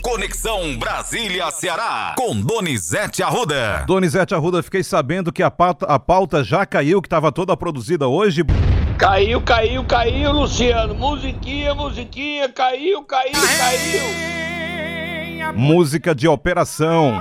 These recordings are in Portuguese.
Conexão Brasília-Ceará, com Donizete Arruda. Donizete Arruda, fiquei sabendo que a pauta já caiu, que estava toda produzida hoje. Caiu, Luciano. Musiquinha, caiu. Música de operação.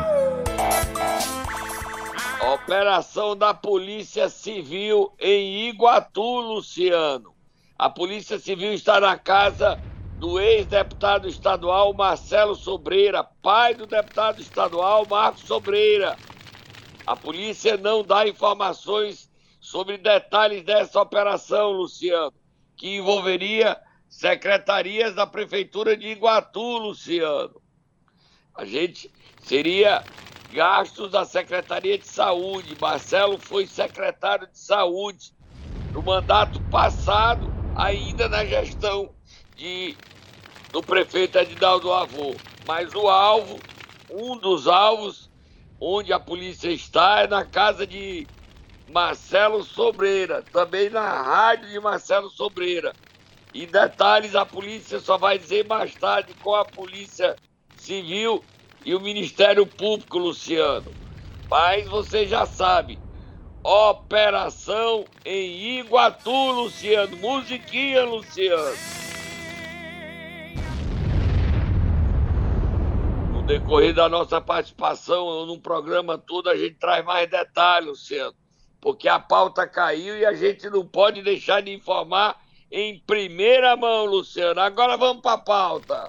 Operação da Polícia Civil em Iguatu, Luciano. A Polícia Civil está na casa do ex-deputado estadual Marcelo Sobreira, pai do deputado estadual Marcos Sobreira. A polícia não dá informações sobre detalhes dessa operação, Luciano, que envolveria secretarias da Prefeitura de Iguatu, Luciano. A gente seria gastos da Secretaria de Saúde. Marcelo foi secretário de Saúde no mandato passado, ainda na gestão do prefeito Edinaldo Avô. Mas um dos alvos onde a polícia está é na casa de Marcelo Sobreira, também na rádio de Marcelo Sobreira. E detalhes a polícia só vai dizer mais tarde com a Polícia Civil e o Ministério Público, Luciano. Mas você já sabe, operação em Iguatu, Luciano. Musiquinha, Luciano. No decorrer da nossa participação no programa todo, a gente traz mais detalhes, Luciano, porque a pauta caiu e a gente não pode deixar de informar em primeira mão, Luciano. Agora vamos para a pauta.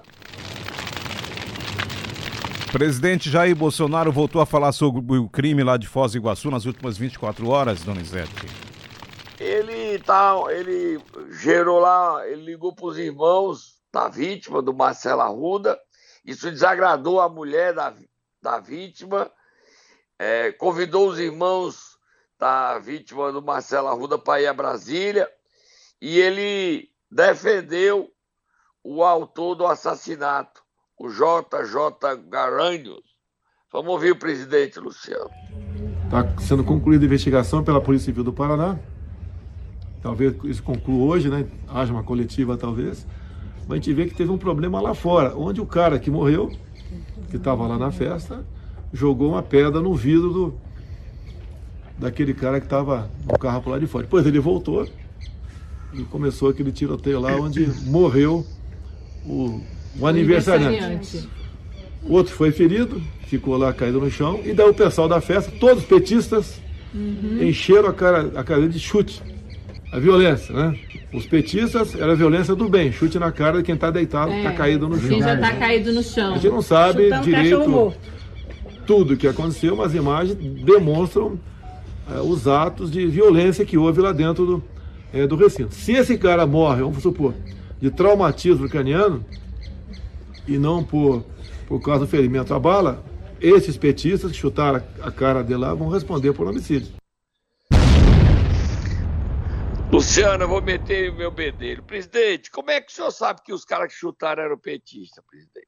Presidente Jair Bolsonaro voltou a falar sobre o crime lá de Foz do Iguaçu nas últimas 24 horas, Donizete. Ele gerou lá, ele ligou para os irmãos da vítima, do Marcelo Arruda. Isso desagradou a mulher da vítima, convidou os irmãos da vítima do Marcelo Arruda para ir a Brasília e ele defendeu o autor do assassinato, o JJ Garanhos. Vamos ouvir o presidente, Luciano. Está sendo concluída a investigação pela Polícia Civil do Paraná. Talvez isso conclua hoje, né? Haja uma coletiva, talvez. Mas a gente vê que teve um problema lá fora, onde o cara que morreu, que estava lá na festa, jogou uma pedra no vidro daquele cara que estava no carro por lá de fora. Depois ele voltou e começou aquele tiroteio lá onde morreu o aniversariante. O outro foi ferido, ficou lá caído no chão, e daí o pessoal da festa, todos petistas, encheram a cara de chute. A violência, né? Os petistas era a violência do bem, chute na cara de quem está deitado, está caído no chão. Quem já está caído no chão. A gente não sabe direito tudo o que aconteceu, mas as imagens demonstram os atos de violência que houve lá dentro do recinto. Se esse cara morre, vamos supor, de traumatismo craniano, e não por causa do ferimento à bala, esses petistas que chutaram a cara dele lá vão responder por homicídio. Luciano, eu vou meter o meu bedelho. Presidente, como é que o senhor sabe que os caras que chutaram eram petistas, presidente?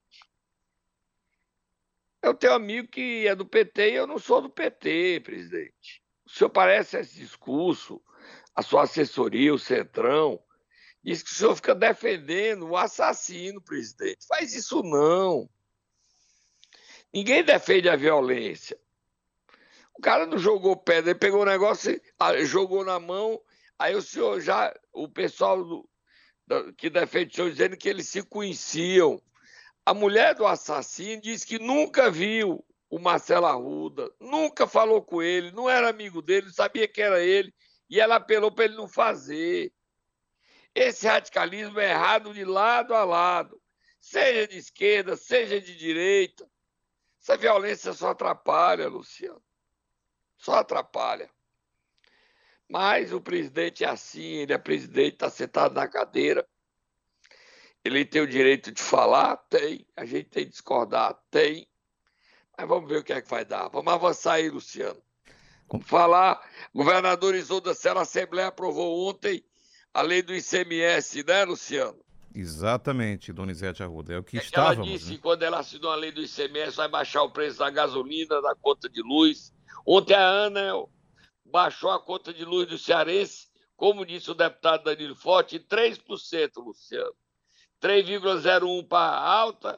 Eu tenho um amigo que é do PT e eu não sou do PT, presidente. O senhor parece esse discurso, a sua assessoria, o Centrão, diz que o senhor fica defendendo o assassino, presidente. Faz isso não. Ninguém defende a violência. O cara não jogou pedra, ele pegou o negócio, jogou na mão, aí o pessoal que defende o senhor dizendo que eles se conheciam. A mulher do assassino diz que nunca viu o Marcelo Arruda, nunca falou com ele, não era amigo dele, não sabia que era ele, e ela apelou para ele não fazer. Esse radicalismo é errado de lado a lado, seja de esquerda, seja de direita. Essa violência só atrapalha, Luciano, só atrapalha. Mas o presidente é assim, ele é presidente, está sentado na cadeira, ele tem o direito de falar? Tem. A gente tem que discordar? Tem. Mas vamos ver o que é que vai dar. Vamos avançar aí, Luciano. Vamos falar. O governador Isolda Sela, a Assembleia aprovou ontem a lei do ICMS, né, Luciano? Exatamente, Donizete Arruda. É o que estávamos. Ela disse que quando ela assinou a lei do ICMS vai baixar o preço da gasolina, da conta de luz. Ontem a Ana baixou a conta de luz do cearense, como disse o deputado Danilo Forte, em 3%, Luciano. 3,01 para alta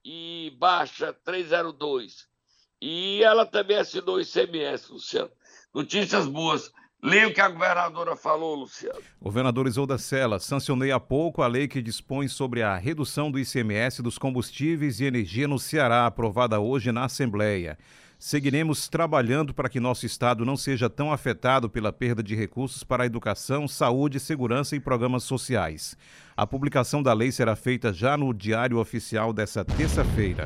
e baixa 302. E ela também assinou o ICMS, Luciano. Notícias boas. Leia o que a governadora falou, Luciano. Governador Isolda Sela, sancionei há pouco a lei que dispõe sobre a redução do ICMS dos combustíveis e energia no Ceará, aprovada hoje na Assembleia. Seguiremos trabalhando para que nosso estado não seja tão afetado pela perda de recursos para a educação, saúde, segurança e programas sociais. A publicação da lei será feita já no Diário Oficial dessa terça-feira.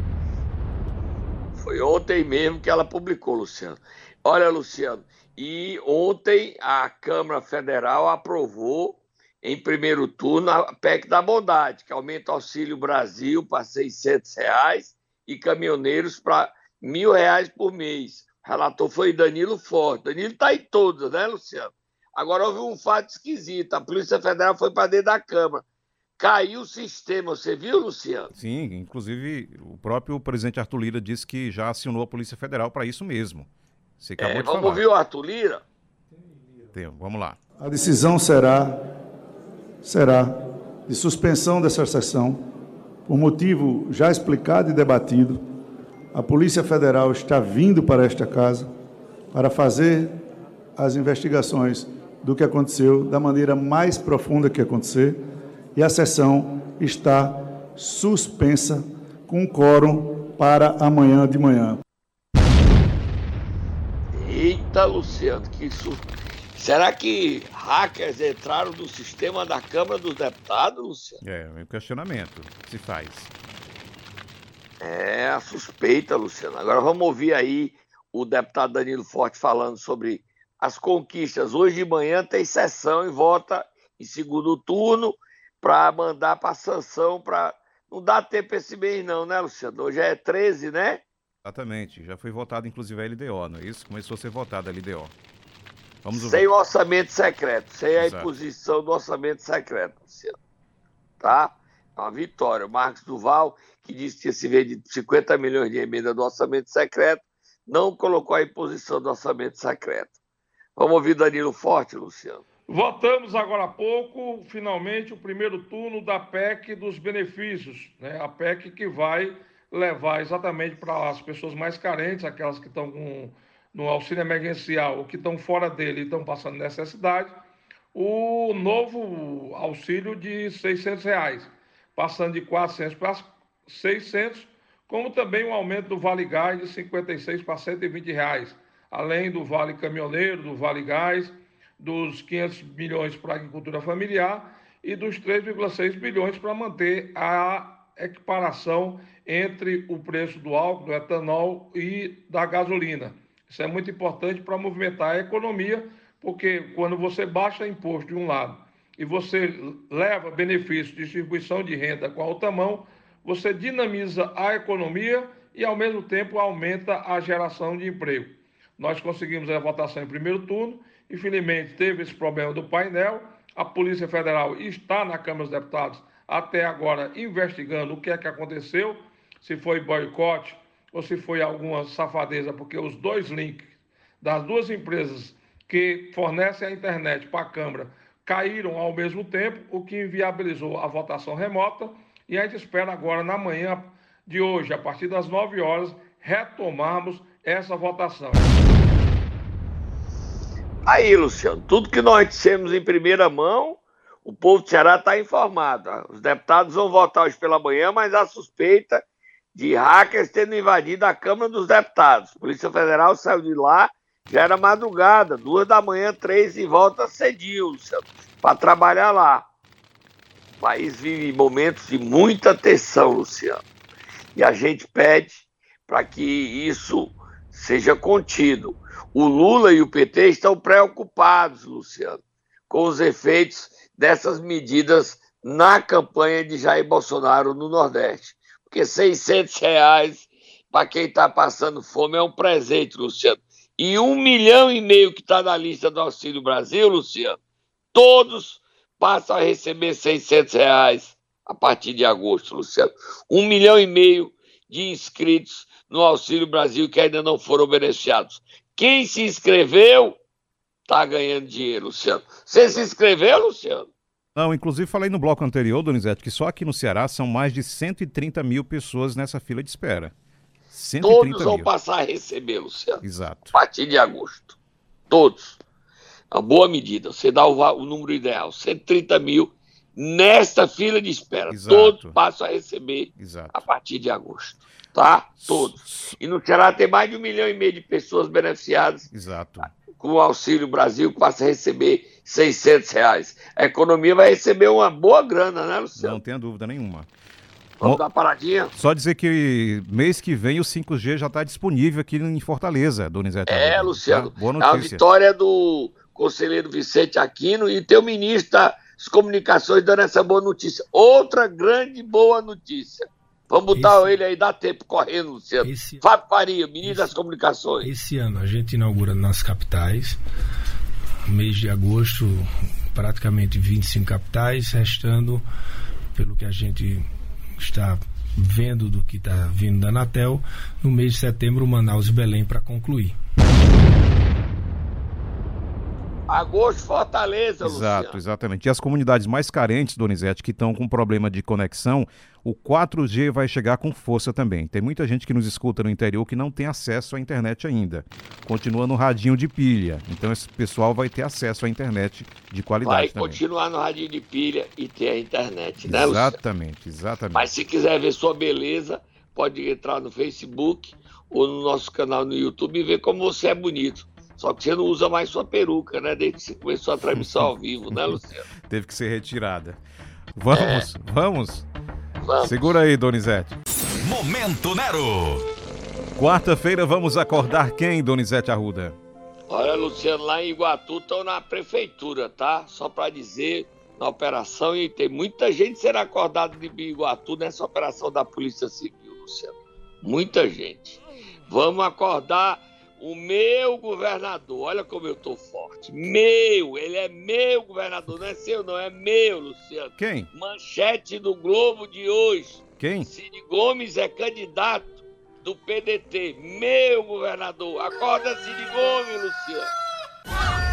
Foi ontem mesmo que ela publicou, Luciano. Olha, Luciano, e ontem a Câmara Federal aprovou em primeiro turno a PEC da Bondade, que aumenta o Auxílio Brasil para R$600 e caminhoneiros para R$1.000 por mês. O relator foi Danilo Forte. Danilo está em todas, né, Luciano? Agora houve um fato esquisito. A Polícia Federal foi para dentro da Câmara. Caiu o sistema, você viu, Luciano? Sim, inclusive o próprio presidente Arthur Lira disse que já acionou a Polícia Federal para isso mesmo. Você acabou de vamos falar. ouvir o Arthur Lira? Vamos lá. A decisão será de suspensão dessa sessão, por motivo já explicado e debatido. A Polícia Federal está vindo para esta casa para fazer as investigações do que aconteceu da maneira mais profunda que acontecer, e a sessão está suspensa com quórum para amanhã de manhã. Eita, Luciano, que isso... Será que hackers entraram no sistema da Câmara dos Deputados, Luciano? É um questionamento que se faz. É a suspeita, Luciano. Agora vamos ouvir aí o deputado Danilo Forte falando sobre as conquistas. Hoje de manhã tem sessão e vota em segundo turno para mandar para sanção, para não dá tempo esse mês não, né, Luciano? Hoje é 13, né? Exatamente, já foi votado inclusive a LDO, não é isso? Começou a ser votada a LDO. Vamos sem o orçamento secreto, sem Exato. A imposição do orçamento secreto, Luciano. Tá? É uma vitória. O Marcos Duval, que disse que tinha se vendido 50 milhões de emenda do orçamento secreto, não colocou a imposição do orçamento secreto. Vamos ouvir Danilo Forte, Luciano. Votamos agora há pouco, finalmente, o primeiro turno da PEC dos benefícios, né? A PEC que vai levar exatamente para as pessoas mais carentes, aquelas que estão no auxílio emergencial ou que estão fora dele e estão passando necessidade, o novo auxílio de R$600, passando de 400 para 600, como também o aumento do Vale Gás de 56 para R$120, além do Vale Caminhoneiro, do Vale Gás, dos 500 milhões para a agricultura familiar e dos 3,6 bilhões para manter a equiparação entre o preço do álcool, do etanol e da gasolina. Isso é muito importante para movimentar a economia, porque quando você baixa imposto de um lado e você leva benefício de distribuição de renda com a outra mão, você dinamiza a economia e, ao mesmo tempo, aumenta a geração de emprego. Nós conseguimos a votação em primeiro turno, infelizmente teve esse problema do painel, a Polícia Federal está na Câmara dos Deputados até agora investigando o que é que aconteceu, se foi boicote ou se foi alguma safadeza, porque os dois links das duas empresas que fornecem a internet para a Câmara caíram ao mesmo tempo, o que inviabilizou a votação remota, e a gente espera agora, na manhã de hoje, a partir das 9 horas, retomarmos essa votação. Aí, Luciano, tudo que nós dissemos em primeira mão, o povo do Ceará está informado. Os deputados vão votar hoje pela manhã, mas há suspeita de hackers tendo invadido a Câmara dos Deputados. A Polícia Federal saiu de lá, já era madrugada, 2 da manhã, 3 e volta cedinho, Luciano, para trabalhar lá. O país vive momentos de muita tensão, Luciano. E a gente pede para que isso seja contido. O Lula e o PT estão preocupados, Luciano, com os efeitos dessas medidas na campanha de Jair Bolsonaro no Nordeste. Porque R$600 para quem está passando fome é um presente, Luciano. E 1,5 milhão que está na lista do Auxílio Brasil, Luciano, todos passam a receber R$600 a partir de agosto, Luciano. 1,5 milhão de inscritos no Auxílio Brasil que ainda não foram beneficiados. Quem se inscreveu está ganhando dinheiro, Luciano. Você se inscreveu, Luciano? Não, inclusive falei no bloco anterior, Donizete, que só aqui no Ceará são mais de 130 mil pessoas nessa fila de espera. 130 Todos vão mil. passar a receber, Luciano. Exato. A partir de agosto. Todos. É uma boa medida. Você dá o número ideal. 130 mil nesta fila de espera. Exato. Todos passam a receber Exato. a partir de agosto. Tá? Todos. E no Ceará tem mais de 1,5 milhão de pessoas beneficiadas Exato. com o Auxílio Brasil, que passa a receber R$600. A economia vai receber uma boa grana, né, Luciano? Não tenha dúvida nenhuma. Vamos dar uma paradinha? Só dizer que mês que vem o 5G já está disponível aqui em Fortaleza, Donizete. Luciano. Tá? Boa É uma notícia. vitória do conselheiro Vicente Aquino e tem o ministro das Comunicações dando essa boa notícia. Outra grande boa notícia. Vamos botar ele aí, dá tempo correndo, Luciano. Fábio Faria, ministro das Comunicações. Esse ano a gente inaugura nas capitais, mês de agosto, praticamente 25 capitais, restando, pelo que a gente está vendo do que está vindo da Anatel, no mês de setembro, Manaus e Belém para concluir. Agosto, Fortaleza, Exato, Luciano. exatamente. E as comunidades mais carentes, Donizete, que estão com problema de conexão, o 4G vai chegar com força também. Tem muita gente que nos escuta no interior que não tem acesso à internet ainda. Continua no radinho de pilha. Então esse pessoal vai ter acesso à internet de qualidade Vai também. continuar no radinho de pilha e ter a internet, né, Luciano? Exatamente, exatamente. Mas se quiser ver sua beleza, pode entrar no Facebook ou no nosso canal no YouTube e ver como você é bonito. Só que você não usa mais sua peruca, né? Desde que você começou a transmissão ao vivo, né, Luciano? Teve que ser retirada. Vamos. Vamos. Segura aí, Donizete. Momento Nero. Quarta-feira vamos acordar quem, Donizete Arruda? Olha, Luciano, lá em Iguatu estão na prefeitura, tá? Só para dizer, na operação, e tem muita gente sendo acordada de Iguatu nessa operação da Polícia Civil, Luciano. Muita gente. Vamos acordar o meu governador. Olha como eu tô forte. Ele é meu governador, não é seu não, é meu, Luciano. Quem? Manchete do Globo de hoje. Quem? Cid Gomes é candidato do PDT, meu governador. Acorda, Cid Gomes, Luciano.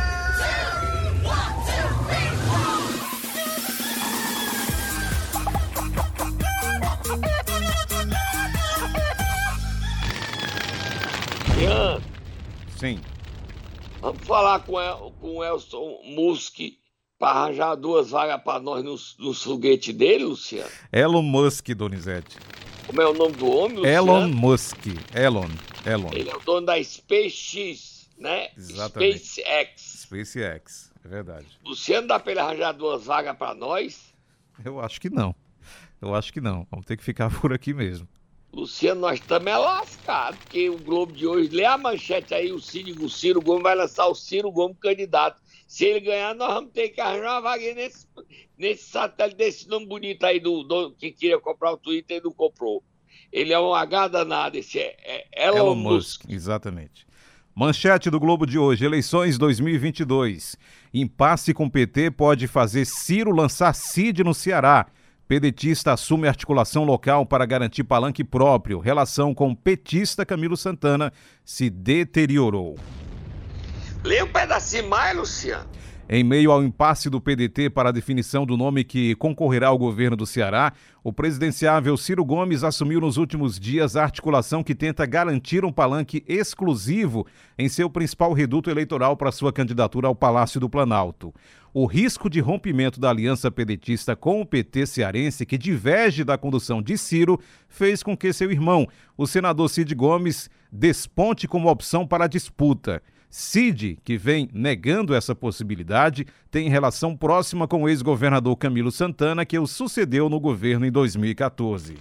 Ian, Sim. vamos falar com o Elson Musk para arranjar 2 vagas para nós no foguete dele, Luciano? Elon Musk, Donizete. Como é o nome do homem, Luciano? Elon Musk. Elon. Ele é o dono da SpaceX, né? Exatamente. SpaceX. SpaceX, é verdade. Luciano, dá para ele arranjar 2 vagas para nós? Eu acho que não. Vamos ter que ficar por aqui mesmo. Luciano, nós estamos lascados, porque o Globo de hoje, lê a manchete aí, o Ciro Gomes vai lançar o Ciro Gomes candidato. Se ele ganhar, nós vamos ter que arranjar uma vaga nesse satélite desse nome bonito aí do que queria comprar o Twitter e não comprou. Ele é um H danado, esse é Elon Musk. Exatamente. Manchete do Globo de hoje, eleições 2022. Impasse com PT pode fazer Ciro lançar Cid no Ceará. Pedetista assume articulação local para garantir palanque próprio. Relação com petista Camilo Santana se deteriorou. Lê um pedacinho mais, Luciano. Em meio ao impasse do PDT para a definição do nome que concorrerá ao governo do Ceará, o presidenciável Ciro Gomes assumiu nos últimos dias a articulação que tenta garantir um palanque exclusivo em seu principal reduto eleitoral para sua candidatura ao Palácio do Planalto. O risco de rompimento da aliança pedetista com o PT cearense, que diverge da condução de Ciro, fez com que seu irmão, o senador Cid Gomes, desponte como opção para a disputa. Cid, que vem negando essa possibilidade, tem relação próxima com o ex-governador Camilo Santana, que o sucedeu no governo em 2014.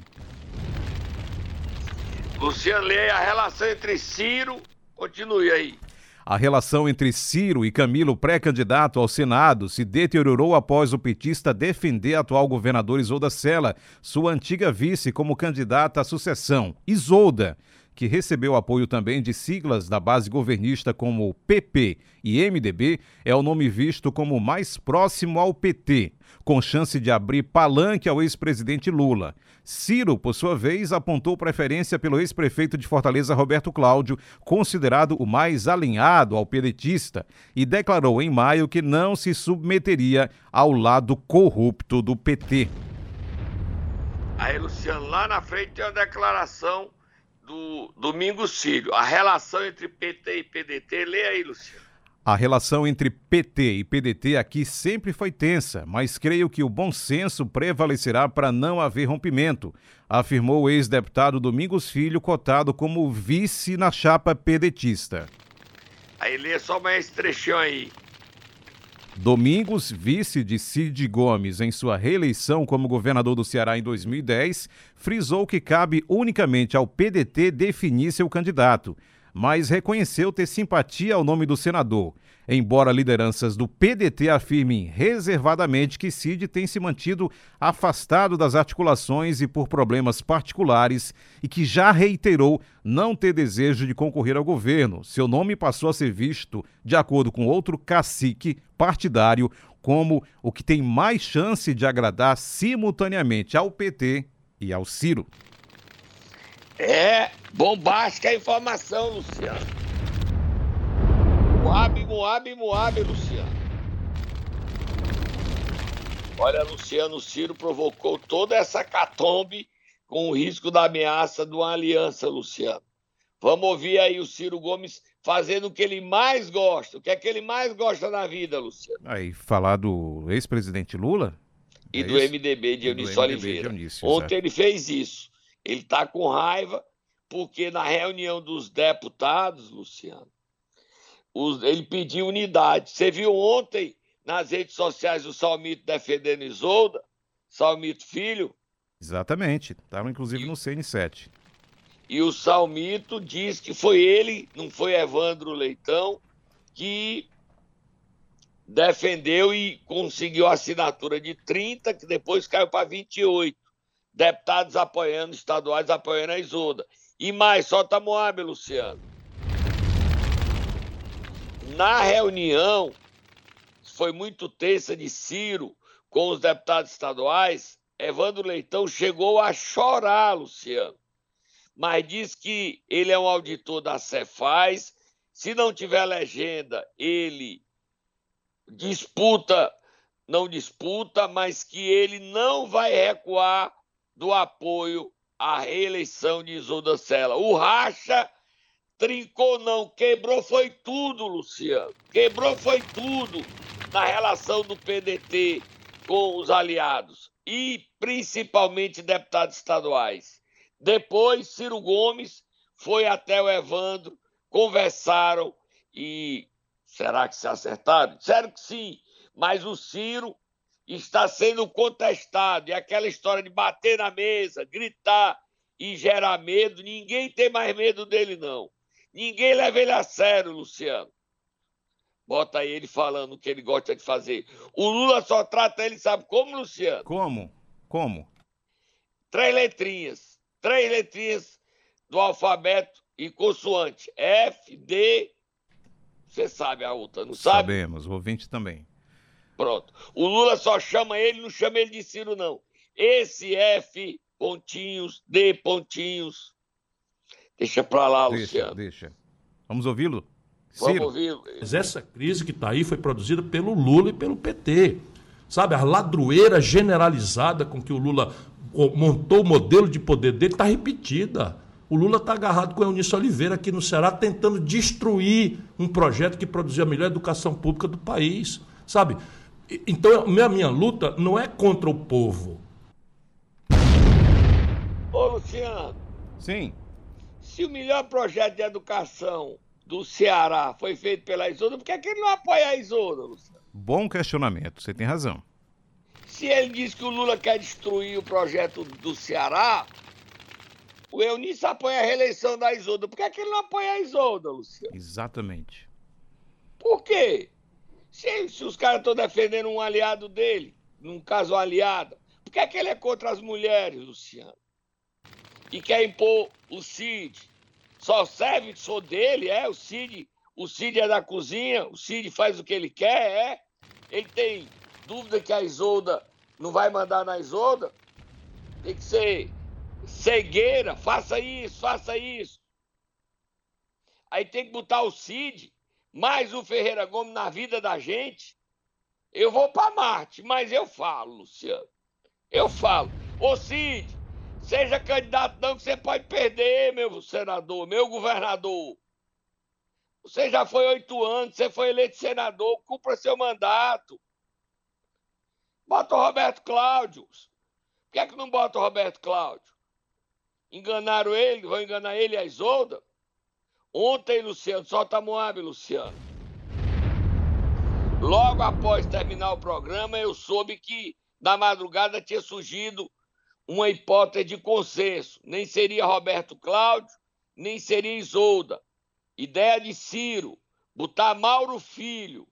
Luciano, lê a relação entre Ciro, continue aí. A relação entre Ciro e Camilo, pré-candidato ao Senado, se deteriorou após o petista defender a atual governadora Isolda Sela, sua antiga vice, como candidata à sucessão. Isolda, que recebeu apoio também de siglas da base governista como PP e MDB, é o nome visto como mais próximo ao PT, com chance de abrir palanque ao ex-presidente Lula. Ciro, por sua vez, apontou preferência pelo ex-prefeito de Fortaleza, Roberto Cláudio, considerado o mais alinhado ao pedetista, e declarou em maio que não se submeteria ao lado corrupto do PT. Aí, Luciano, lá na frente tem uma declaração do Domingos Filho. A relação entre PT e PDT, lê aí, Luciano. A relação entre PT e PDT aqui sempre foi tensa, mas creio que o bom senso prevalecerá para não haver rompimento, afirmou o ex-deputado Domingos Filho, cotado como vice na chapa pedetista. Aí lê só mais esse trechinho aí. Domingos, vice de Cid Gomes em sua reeleição como governador do Ceará em 2010, frisou que cabe unicamente ao PDT definir seu candidato, mas reconheceu ter simpatia ao nome do senador, embora lideranças do PDT afirmem reservadamente que Cid tem se mantido afastado das articulações e por problemas particulares e que já reiterou não ter desejo de concorrer ao governo. Seu nome passou a ser visto, de acordo com outro cacique partidário, como o que tem mais chance de agradar simultaneamente ao PT e ao Ciro. É bombástica a informação, Luciano. Moab, Luciano. Olha, Luciano, o Ciro provocou toda essa catombe com o risco da ameaça de uma aliança, Luciano. Vamos ouvir aí o Ciro Gomes fazendo o que ele mais gosta. O que é que ele mais gosta na vida, Luciano? Aí, falar do ex-presidente Lula? E do MDB, Dionísio Oliveira. Ontem ele fez isso. Ele está com raiva porque na reunião dos deputados, Luciano, ele pediu unidade. Você viu ontem nas redes sociais o Salmito defendendo Isolda? Salmito Filho? Exatamente. Estava inclusive no CN7. E o Salmito diz que foi ele, não foi Evandro Leitão, que defendeu e conseguiu a assinatura de 30, que depois caiu para 28. Deputados apoiando, estaduais apoiando a Isolda. E mais, solta Moab, Luciano. Na reunião, foi muito tensa de Ciro com os deputados estaduais, Evandro Leitão chegou a chorar, Luciano. Mas diz que ele é um auditor da Cefaz, se não tiver legenda, ele não disputa, mas que ele não vai recuar do apoio à reeleição de Isolda Sela. O racha trincou não, quebrou foi tudo, Luciano. Quebrou foi tudo na relação do PDT com os aliados e principalmente deputados estaduais. Depois, Ciro Gomes foi até o Evandro, conversaram e será que se acertaram? Disseram que sim, mas o Ciro está sendo contestado. E aquela história de bater na mesa, gritar e gerar medo, ninguém tem mais medo dele, não. Ninguém leva ele a sério, Luciano. Bota aí ele falando o que ele gosta de fazer. O Lula só trata ele, sabe como, Luciano? Como? 3 letrinhas do alfabeto e consoante. F, D, você sabe a outra, não sabe? Sabemos, o ouvinte também. Pronto. O Lula só chama ele, não chama ele de Ciro, não. Esse F, pontinhos, D, pontinhos. Deixa pra lá, Luciano. Deixa. Vamos ouvi-lo? Vamos ouvi-lo. Mas essa crise que está aí foi produzida pelo Lula e pelo PT. Sabe, a ladroeira generalizada com que o Lula montou o modelo de poder dele está repetida. O Lula está agarrado com o Eunice Oliveira aqui no Ceará, tentando destruir um projeto que produzia a melhor educação pública do país. Sabe? Então, a minha luta não é contra o povo. Ô, Luciano. Sim. Se o melhor projeto de educação do Ceará foi feito pela Isolda, por que ele não apoia a Isolda, Luciano? Bom questionamento, você tem razão. Se ele diz que o Lula quer destruir o projeto do Ceará, o Eunice apoia a reeleição da Isolda. Por que ele não apoia a Isolda, Luciano? Exatamente. Por quê? Se os caras estão defendendo um aliado dele, num caso uma aliada, por que ele é contra as mulheres, Luciano? E quer impor o Cid, Só serve, sou dele, o Cid é da cozinha, o Cid faz o que ele quer, Ele tem dúvida que a Isolda não vai mandar na Isolda? Tem que ser cegueira, faça isso. Aí tem que botar o Cid, mais o Ferreira Gomes na vida da gente. Eu vou para Marte, mas eu falo, Luciano. Eu falo. Ô Cid, seja candidato não, que você pode perder, meu senador, meu governador. Você já foi 8 anos, você foi eleito senador, cumpra seu mandato. Bota o Roberto Cláudio. Por que é que não bota o Roberto Cláudio? Enganaram ele, vão enganar ele e a Isolda? Ontem, Luciano, solta a Moab, Luciano. Logo após terminar o programa, eu soube que na madrugada tinha surgido uma hipótese de consenso. Nem seria Roberto Cláudio, nem seria Isolda. Ideia de Ciro, botar Mauro Filho.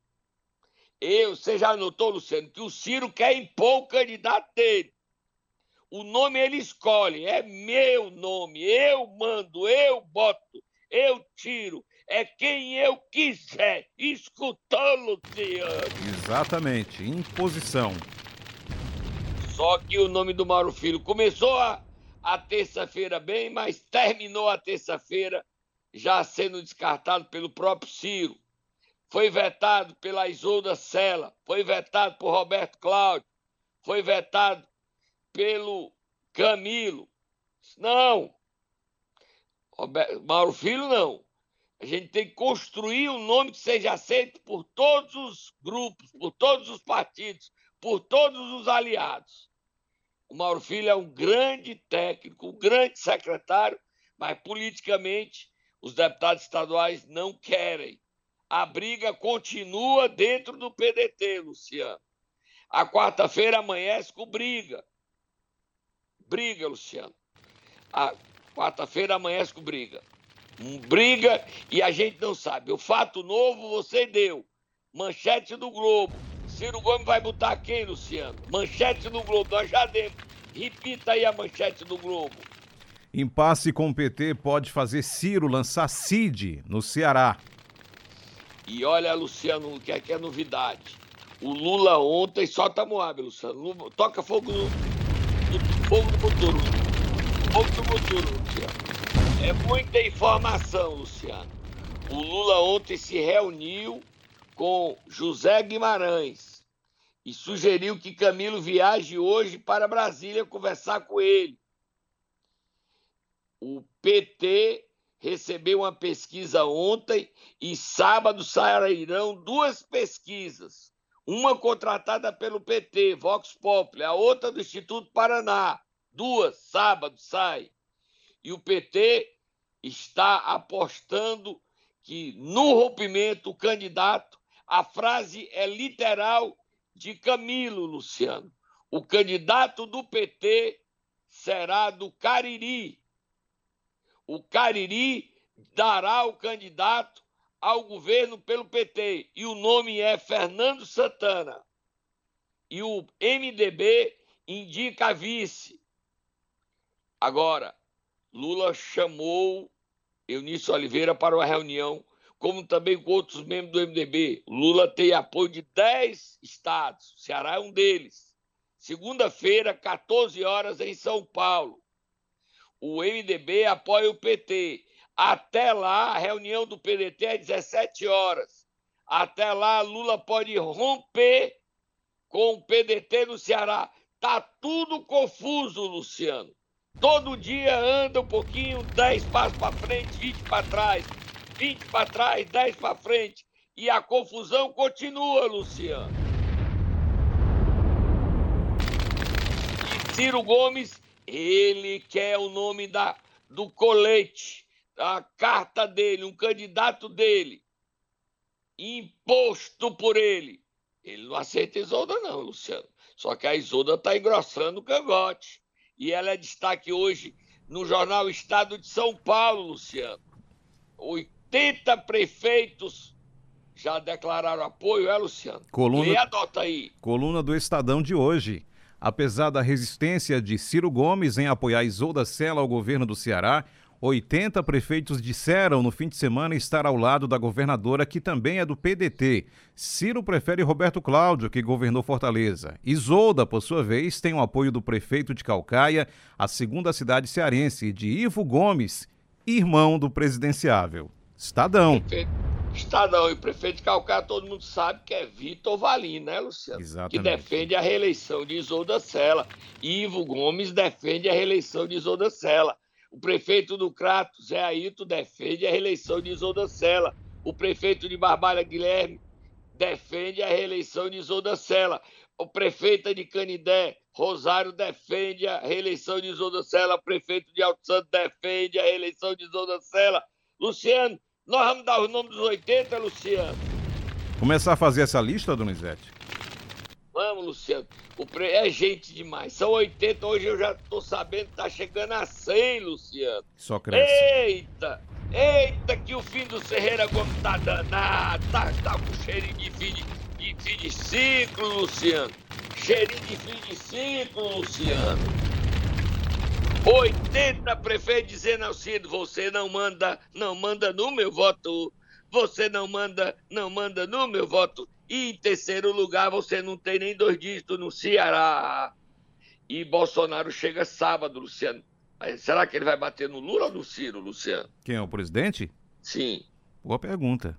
Você já notou, Luciano, que o Ciro quer impor o candidato dele. O nome ele escolhe, é meu nome, eu mando, eu boto, eu tiro. É quem eu quiser. Escutou, Luciano? Exatamente, imposição. Só que o nome do Mauro Filho começou a terça-feira bem, mas terminou a terça-feira já sendo descartado pelo próprio Ciro. Foi vetado pela Isolda Sela, foi vetado por Roberto Cláudio, foi vetado pelo Camilo. Não, Mauro Filho não. A gente tem que construir um nome que seja aceito por todos os grupos, por todos os partidos, por todos os aliados. O Mauro Filho é um grande técnico, um grande secretário, mas politicamente os deputados estaduais não querem. A briga continua dentro do PDT, Luciano. A quarta-feira amanhece com briga. Briga, Luciano. A quarta-feira amanhece com briga. Briga e a gente não sabe. O fato novo você deu. Manchete do Globo. Ciro Gomes vai botar quem, Luciano? Manchete do Globo, nós já demos. Repita aí a manchete do Globo. Impasse com o PT pode fazer Ciro lançar Cid no Ceará. E olha, Luciano, o que é novidade? O Lula ontem, solta a Moab, Luciano. Toca fogo no fogo do motor. Fogo do motor, Luciano. É muita informação, Luciano. O Lula ontem se reuniu com José Guimarães e sugeriu que Camilo viaje hoje para Brasília conversar com ele. O PT recebeu uma pesquisa ontem e sábado sairão 2 pesquisas. Uma contratada pelo PT, Vox Populi, a outra do Instituto Paraná. 2, sábado sai. E o PT está apostando que no rompimento o candidato, a frase é literal de Camilo, Luciano. O candidato do PT será do Cariri. O Cariri dará o candidato ao governo pelo PT. E o nome é Fernando Santana. E o MDB indica a vice. Agora, Lula chamou Eunício Oliveira para uma reunião, como também com outros membros do MDB. Lula tem apoio de 10 estados. O Ceará é um deles. Segunda-feira, 14 horas, em São Paulo. O MDB apoia o PT. Até lá, a reunião do PDT é 17 horas. Até lá, Lula pode romper com o PDT no Ceará. Tá tudo confuso, Luciano. Todo dia anda um pouquinho, 10 passos para frente, 20 para trás, 20 para trás, 10 para frente. E a confusão continua, Luciano. E Ciro Gomes, ele quer o nome do colete, a carta dele, um candidato dele, imposto por ele. Ele não aceita a Isolda não, Luciano. Só que a Isolda está engrossando o cangote. E ela é destaque hoje no jornal Estado de São Paulo, Luciano. 80 prefeitos já declararam apoio, Luciano? Coluna, e adota aí. Coluna do Estadão de hoje. Apesar da resistência de Ciro Gomes em apoiar Isolda Sela ao governo do Ceará, 80 prefeitos disseram no fim de semana estar ao lado da governadora, que também é do PDT. Ciro prefere Roberto Cláudio, que governou Fortaleza. Isolda, por sua vez, tem o apoio do prefeito de Caucaia, a segunda cidade cearense, de Ivo Gomes, irmão do presidenciável. Estadão. Estadão, e o prefeito de Caucaia, todo mundo sabe que é Vitor Valim, né, Luciano? Exatamente. Que defende a reeleição de Isolda Sela. Ivo Gomes defende a reeleição de Isolda Sela. O prefeito do Crato, Zé Ailton, defende a reeleição de Isolda Sela. O prefeito de Barbalha, Guilherme, defende a reeleição de Isolda Sela. O prefeito de Canindé, Rosário, defende a reeleição de Isolda Sela. O prefeito de Alto Santo defende a reeleição de Isolda Sela. Luciano, nós vamos dar os nomes dos 80, Luciano? Começar a fazer essa lista, Donizete? Vamos, Luciano. É gente demais. São 80, hoje eu já tô sabendo que tá chegando a 100, Luciano. Só cresce. Eita, que o fim do Ferreira Gomes tá danado. Tá com cheirinho de fim de ciclo, Luciano. Cheirinho de fim de ciclo, Luciano. 80 prefeitos dizendo ao Ciro, você não manda no meu voto. Você não manda no meu voto. E em terceiro lugar, você não tem nem 2 dígitos no Ceará. E Bolsonaro chega sábado, Luciano. Mas será que ele vai bater no Lula ou no Ciro, Luciano? Quem é o presidente? Sim. Boa pergunta.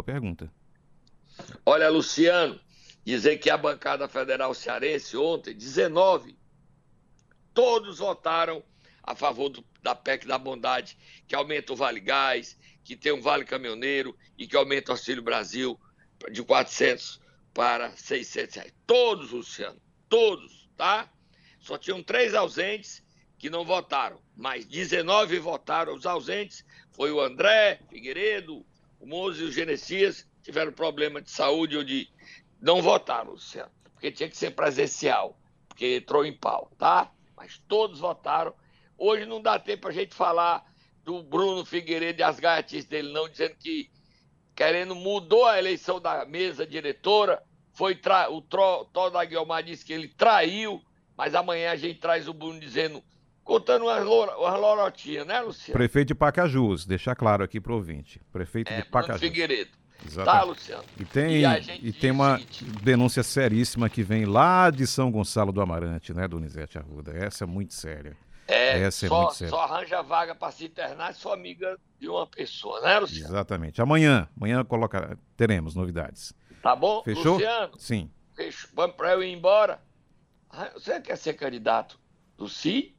Olha, Luciano, dizer que a bancada federal cearense ontem, 19, todos votaram a favor da PEC da bondade, que aumenta o Vale Gás, que tem um Vale Caminhoneiro e que aumenta o Auxílio Brasil de 400 para 600 reais. Todos, Luciano, todos, tá? Só tinham 3 ausentes que não votaram, mas 19 votaram. Os ausentes foi o André Figueiredo, o Moze e o Genesias, tiveram problema de saúde ou de... Não votaram, Luciano, porque tinha que ser presencial, porque entrou em pau, tá? Mas todos votaram. Hoje não dá tempo a gente falar do Bruno Figueiredo e as gaiatis dele, não, dizendo que mudou a eleição da mesa diretora, o Tó da Guiomar disse que ele traiu, mas amanhã a gente traz o Bruno dizendo, contando umas lorotinhas, né, Luciano? Prefeito de Pacajus, deixar claro aqui pro ouvinte. Prefeito de Pacajus. Bruno Figueiredo. Exatamente. Tá, Luciano? E tem uma denúncia seríssima que vem lá de São Gonçalo do Amarante, né, Donizete Arruda? Essa é muito séria. Só arranja vaga para se internar se for amiga de uma pessoa, né, Luciano? Exatamente. Amanhã teremos novidades. Tá bom? Fechou? Luciano? Sim. Fechou. Vamos para eu ir embora. Você quer ser candidato do CID?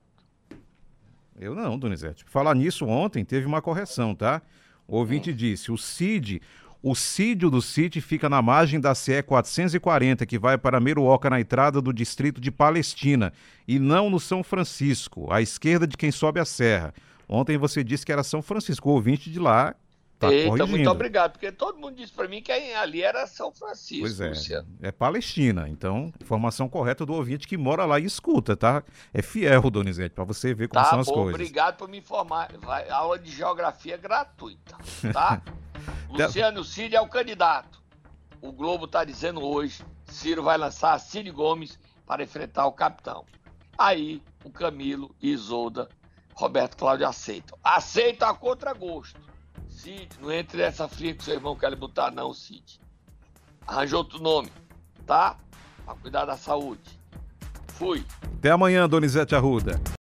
Eu não, Donizete. Falar nisso, ontem teve uma correção, tá? O ouvinte disse, o sídio do CID fica na margem da CE 440, que vai para Meruoca, na entrada do distrito de Palestina, e não no São Francisco, à esquerda de quem sobe a serra. Ontem você disse que era São Francisco, o ouvinte de lá está corrigindo. Muito obrigado, porque todo mundo disse para mim que ali era São Francisco. Pois é, Luciano. É Palestina, então, informação correta do ouvinte que mora lá e escuta, tá? É fiel, Donizete, para você ver como são as coisas. Obrigado por me informar. Aula de geografia gratuita, tá? Luciano, o Cid é o candidato. O Globo está dizendo hoje, Ciro vai lançar Cid Gomes para enfrentar o capitão. Aí, o Camilo e Isolda, Roberto Cláudio aceitam. Aceitam a contragosto. Cid, não entre nessa fria que seu irmão quer lhe botar não, Cid. Arranjou outro nome, tá? Para cuidar da saúde. Fui. Até amanhã, Donizete Arruda.